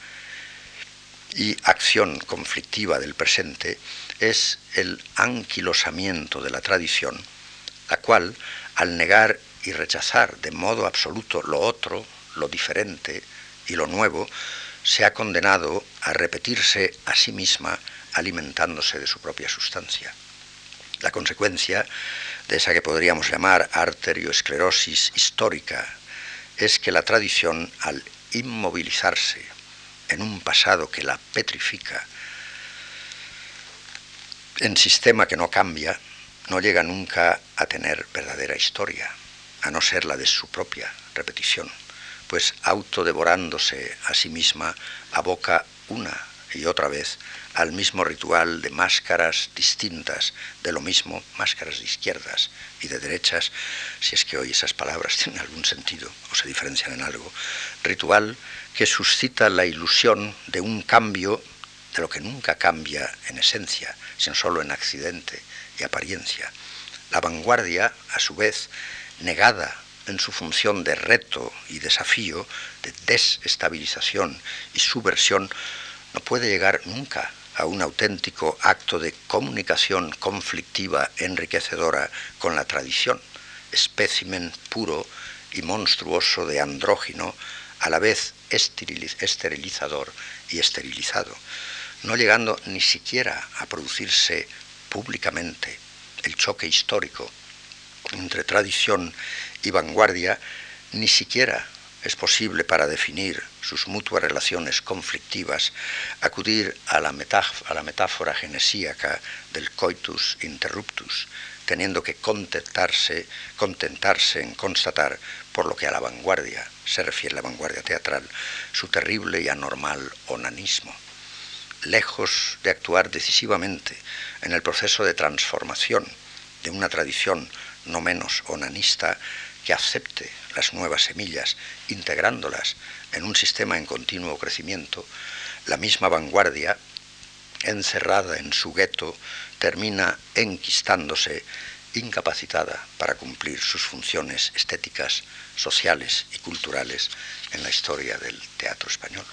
y acción conflictiva del presente, es el anquilosamiento de la tradición, la cual, al negar y rechazar de modo absoluto lo otro, lo diferente y lo nuevo, se ha condenado a repetirse a sí misma alimentándose de su propia sustancia. La consecuencia de esa que podríamos llamar arterioesclerosis histórica es que la tradición, al inmovilizarse en un pasado que la petrifica, en sistema que no cambia, no llega nunca a tener verdadera historia, a no ser la de su propia repetición, pues autodevorándose a sí misma aboca una y otra vez al mismo ritual de máscaras distintas de lo mismo, máscaras de izquierdas y de derechas, si es que hoy esas palabras tienen algún sentido o se diferencian en algo, ritual que suscita la ilusión de un cambio de lo que nunca cambia en esencia, sino solo en accidente y apariencia. La vanguardia, a su vez, negada en su función de reto y desafío, de desestabilización y subversión, no puede llegar nunca a un auténtico acto de comunicación conflictiva enriquecedora con la tradición, espécimen puro y monstruoso de andrógino, a la vez esterilizador y esterilizado, no llegando ni siquiera a producirse públicamente el choque histórico entre tradición y vanguardia, ni siquiera es posible, para definir sus mutuas relaciones conflictivas, acudir a la metáfora genesíaca del coitus interruptus, teniendo que contentarse en constatar, por lo que a la vanguardia se refiere, la vanguardia teatral, su terrible y anormal onanismo. Lejos de actuar decisivamente en el proceso de transformación de una tradición no menos onanista, que acepte las nuevas semillas, integrándolas en un sistema en continuo crecimiento, la misma vanguardia, encerrada en su gueto, termina enquistándose, incapacitada para cumplir sus funciones estéticas, sociales y culturales en la historia del teatro español.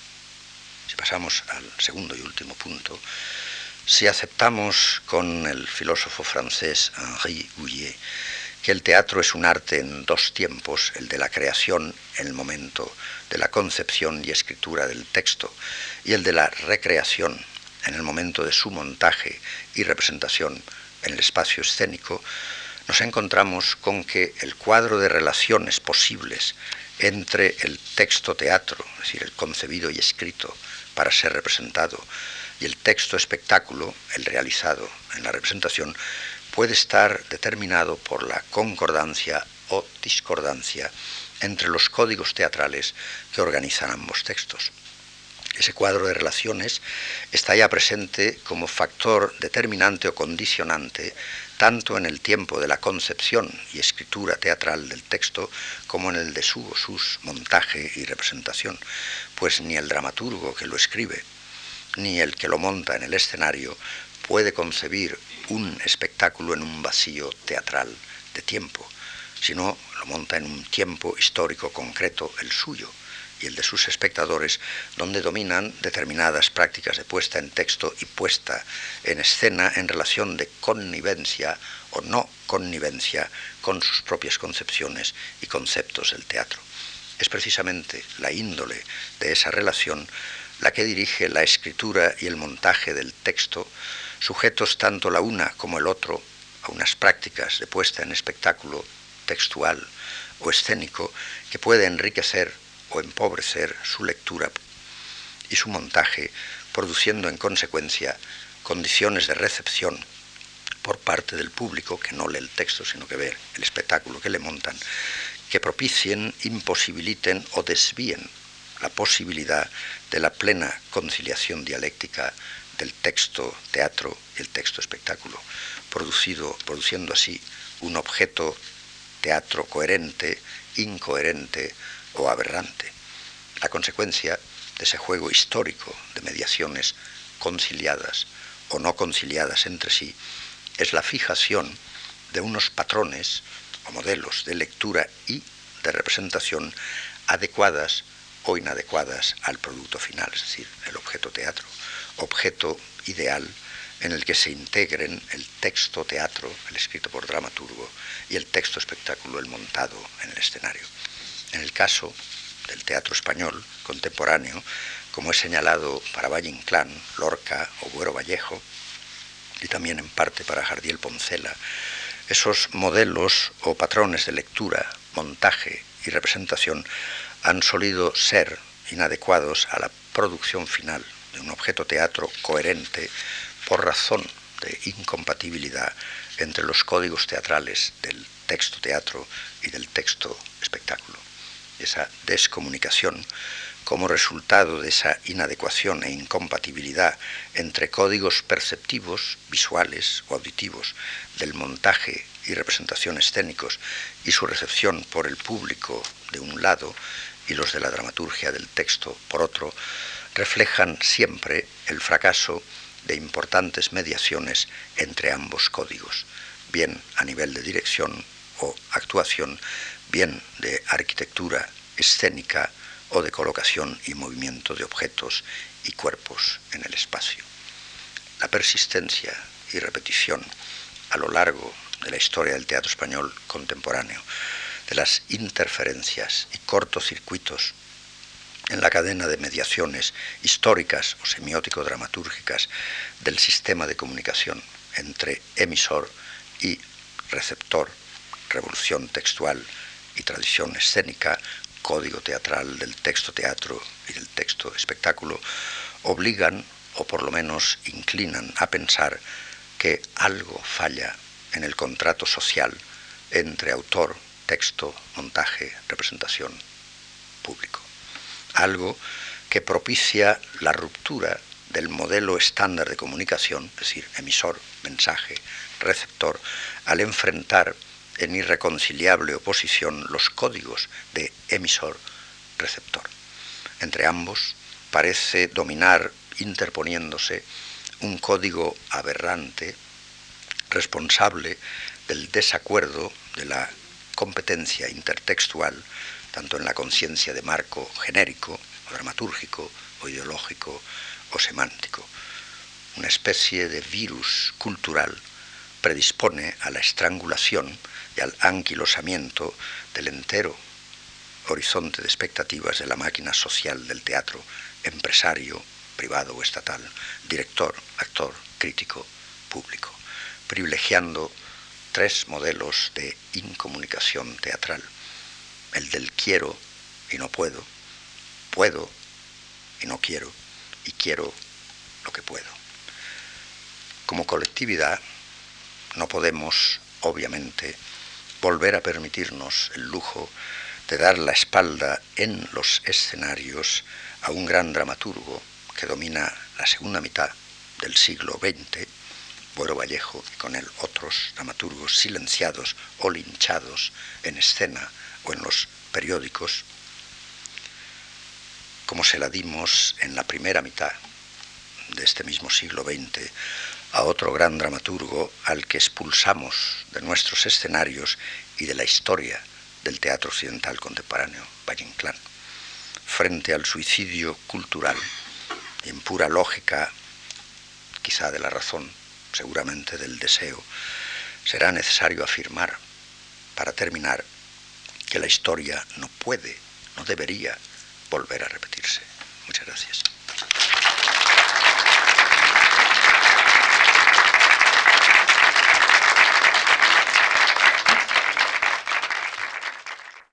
Si pasamos al segundo y último punto, si aceptamos con el filósofo francés Henri Gouillet que el teatro es un arte en dos tiempos, el de la creación en el momento de la concepción y escritura del texto, y el de la recreación en el momento de su montaje y representación en el espacio escénico, nos encontramos con que el cuadro de relaciones posibles entre el texto teatro, es decir, el concebido y escrito para ser representado, y el texto espectáculo, el realizado en la representación, puede estar determinado por la concordancia o discordancia entre los códigos teatrales que organizan ambos textos. Ese cuadro de relaciones está ya presente como factor determinante o condicionante tanto en el tiempo de la concepción y escritura teatral del texto como en el de su o sus montaje y representación, pues ni el dramaturgo que lo escribe ni el que lo monta en el escenario puede concebir un espectáculo en un vacío teatral de tiempo, sino lo monta en un tiempo histórico concreto, el suyo y el de sus espectadores, donde dominan determinadas prácticas de puesta en texto y puesta en escena en relación de connivencia o no connivencia con sus propias concepciones y conceptos del teatro. Es precisamente la índole de esa relación la que dirige la escritura y el montaje del texto, sujetos tanto la una como el otro a unas prácticas de puesta en espectáculo textual o escénico que puede enriquecer o empobrecer su lectura y su montaje, produciendo en consecuencia condiciones de recepción por parte del público, que no lee el texto, sino que ve el espectáculo que le montan, que propicien, imposibiliten o desvíen la posibilidad de la plena conciliación dialéctica del texto teatro y el texto espectáculo, produciendo así un objeto teatro coherente, incoherente o aberrante. La consecuencia de ese juego histórico de mediaciones conciliadas o no conciliadas entre sí es la fijación de unos patrones o modelos de lectura y de representación adecuadas o inadecuadas al producto final, es decir, el objeto teatro, objeto ideal en el que se integren el texto teatro, el escrito por dramaturgo, y el texto espectáculo, el montado en el escenario. En el caso del teatro español contemporáneo, como he señalado para Valle Inclán, Lorca o Buero Vallejo, y también en parte para Jardiel Poncela, esos modelos o patrones de lectura, montaje y representación han solido ser inadecuados a la producción final de un objeto teatro coherente por razón de incompatibilidad entre los códigos teatrales del texto teatro y del texto espectáculo. Esa descomunicación, como resultado de esa inadecuación e incompatibilidad entre códigos perceptivos, visuales o auditivos del montaje y representación escénicos y su recepción por el público de un lado y los de la dramaturgia del texto por otro, reflejan siempre el fracaso de importantes mediaciones entre ambos códigos, bien a nivel de dirección o actuación, bien de arquitectura escénica o de colocación y movimiento de objetos y cuerpos en el espacio. La persistencia y repetición a lo largo de la historia del teatro español contemporáneo de las interferencias y cortocircuitos en la cadena de mediaciones históricas o semiótico-dramatúrgicas del sistema de comunicación entre emisor y receptor, revolución textual y tradición escénica, código teatral del texto teatro y del texto espectáculo, obligan o por lo menos inclinan a pensar que algo falla en el contrato social entre autor, texto, montaje, representación, público. Algo que propicia la ruptura del modelo estándar de comunicación, es decir, emisor, mensaje, receptor, al enfrentar en irreconciliable oposición los códigos de emisor-receptor. Entre ambos parece dominar, interponiéndose, un código aberrante, responsable del desacuerdo de la competencia intertextual, tanto en la conciencia de marco genérico, o dramatúrgico, o ideológico, o semántico. Una especie de virus cultural predispone a la estrangulación y al anquilosamiento del entero horizonte de expectativas de la máquina social del teatro, empresario, privado o estatal, director, actor, crítico, público, privilegiando tres modelos de incomunicación teatral: el del quiero y no puedo y no quiero, y quiero lo que puedo. Como colectividad no podemos, obviamente, volver a permitirnos el lujo de dar la espalda en los escenarios a un gran dramaturgo que domina la segunda mitad del siglo XX, Buero Vallejo, y con él otros dramaturgos silenciados o linchados en escena o en los periódicos, como se la dimos en la primera mitad de este mismo siglo XX a otro gran dramaturgo al que expulsamos de nuestros escenarios y de la historia del teatro occidental contemporáneo, Valle-Inclán. Frente al suicidio cultural, y en pura lógica, quizá de la razón, seguramente del deseo, será necesario afirmar, para terminar, que la historia no puede, no debería volver a repetirse.